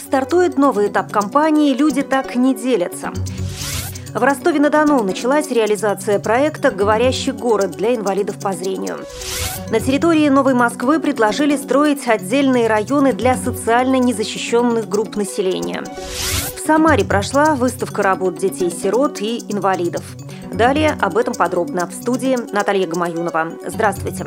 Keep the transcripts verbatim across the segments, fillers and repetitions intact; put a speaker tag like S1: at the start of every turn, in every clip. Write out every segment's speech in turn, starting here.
S1: Стартует новый этап кампании «Люди так не делятся». В Ростове-на-Дону началась реализация проекта «Говорящий город» для инвалидов по зрению. На территории Новой Москвы предложили строить отдельные районы для социально незащищенных групп населения. В Самаре прошла выставка работ детей-сирот и инвалидов. Далее об этом подробно. В студии Наталья Гамаюнова. Здравствуйте.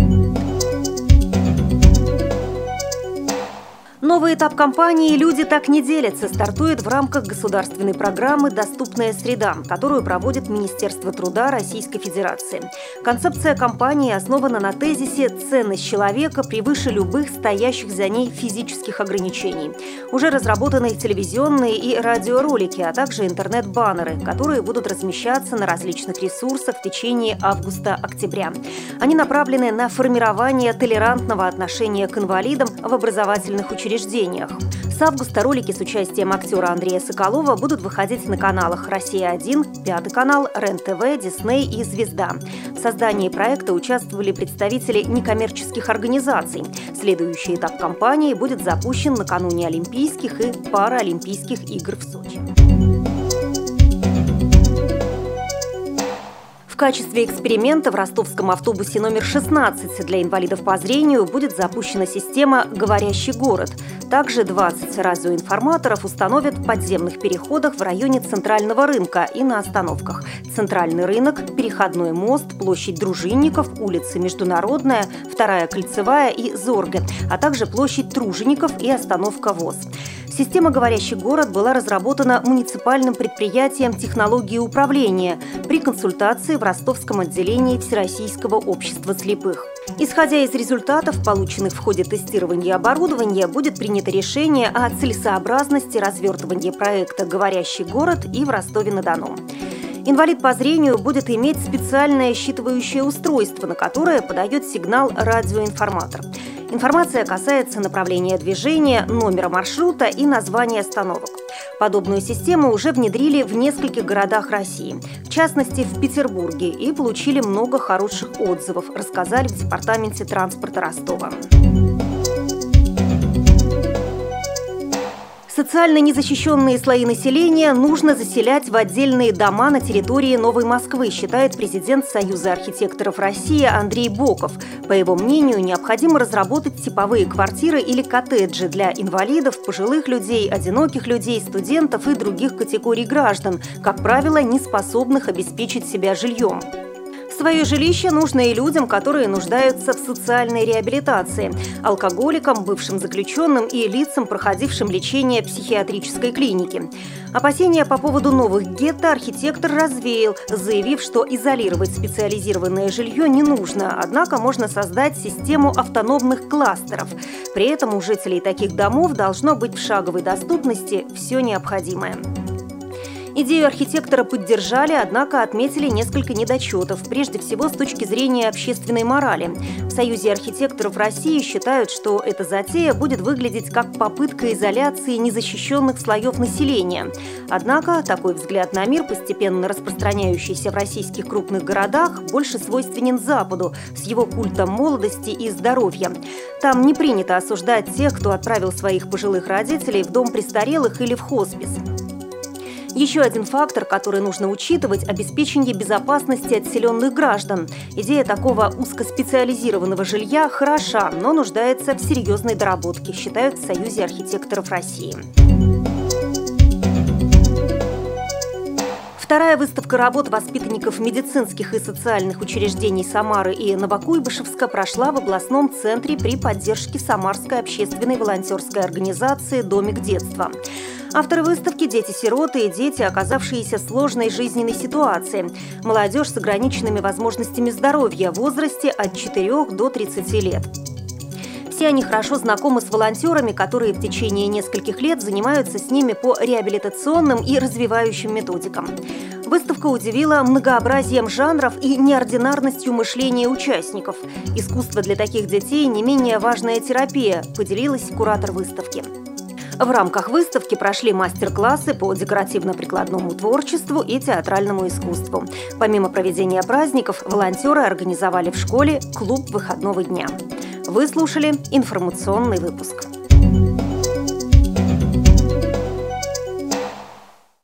S1: Новый этап кампании «Люди так не делятся» стартует в рамках государственной программы «Доступная среда», которую проводит Министерство труда Российской Федерации. Концепция кампании основана на тезисе «Ценность человека превыше любых стоящих за ней физических ограничений». Уже разработаны телевизионные и радиоролики, а также интернет-баннеры, которые будут размещаться на различных ресурсах в течение августа-октября. Они направлены на формирование толерантного отношения к инвалидам в образовательных учреждениях. С августа ролики с участием актера Андрея Соколова будут выходить на каналах «Россия-один», «Пятый канал», РЕН-ТВ, Дисней и «Звезда». В создании проекта участвовали представители некоммерческих организаций. Следующий этап кампании будет запущен накануне Олимпийских и Паралимпийских игр в Сочи. В качестве эксперимента в ростовском автобусе номер шестнадцать для инвалидов по зрению будет запущена система «Говорящий город». Также двадцать радиоинформаторов установят в подземных переходах в районе Центрального рынка и на остановках. Центральный рынок, Переходной мост, площадь Дружинников, улица Международная, Вторая кольцевая и Зорге, а также площадь Тружеников и остановка ВОЗ. Система «Говорящий город» была разработана муниципальным предприятием технологии управления при консультации в ростовском отделении Всероссийского общества слепых. Исходя из результатов, полученных в ходе тестирования оборудования, будет принято решение о целесообразности развертывания проекта «Говорящий город» и в Ростове-на-Дону. Инвалид по зрению будет иметь специальное считывающее устройство, на которое подает сигнал радиоинформатор. Информация касается направления движения, номера маршрута и названия остановок. Подобную систему уже внедрили в нескольких городах России, в частности в Петербурге, и получили много хороших отзывов, рассказали в Департаменте транспорта Ростова. Социально незащищенные слои населения нужно заселять в отдельные дома на территории Новой Москвы, считает президент Союза архитекторов России Андрей Боков. По его мнению, необходимо разработать типовые квартиры или коттеджи для инвалидов, пожилых людей, одиноких людей, студентов и других категорий граждан, как правило, не способных обеспечить себя жильем. Свое жилище нужно и людям, которые нуждаются в социальной реабилитации – алкоголикам, бывшим заключенным и лицам, проходившим лечение в психиатрической клинике. Опасения по поводу новых гетто архитектор развеял, заявив, что изолировать специализированное жилье не нужно, однако можно создать систему автономных кластеров. При этом у жителей таких домов должно быть в шаговой доступности все необходимое. Идею архитектора поддержали, однако отметили несколько недочетов, прежде всего с точки зрения общественной морали. В Союзе архитекторов России считают, что эта затея будет выглядеть как попытка изоляции незащищенных слоев населения. Однако такой взгляд на мир, постепенно распространяющийся в российских крупных городах, больше свойственен Западу с его культом молодости и здоровья. Там не принято осуждать тех, кто отправил своих пожилых родителей в дом престарелых или в хоспис. Еще один фактор, который нужно учитывать – обеспечение безопасности отселенных граждан. Идея такого узкоспециализированного жилья хороша, но нуждается в серьезной доработке, считают в Союзе архитекторов России. Вторая выставка работ воспитанников медицинских и социальных учреждений Самары и Новокуйбышевска прошла в областном центре при поддержке Самарской общественной волонтерской организации «Домик детства». Авторы выставки – дети-сироты и дети, оказавшиеся в сложной жизненной ситуации. Молодежь с ограниченными возможностями здоровья в возрасте от четырёх до тридцати лет. Все они хорошо знакомы с волонтерами, которые в течение нескольких лет занимаются с ними по реабилитационным и развивающим методикам. Выставка удивила многообразием жанров и неординарностью мышления участников. Искусство для таких детей – не менее важная терапия, поделилась куратор выставки. В рамках выставки прошли мастер-классы по декоративно-прикладному творчеству и театральному искусству. Помимо проведения праздников, волонтеры организовали в школе клуб выходного дня. Вы слушали информационный выпуск.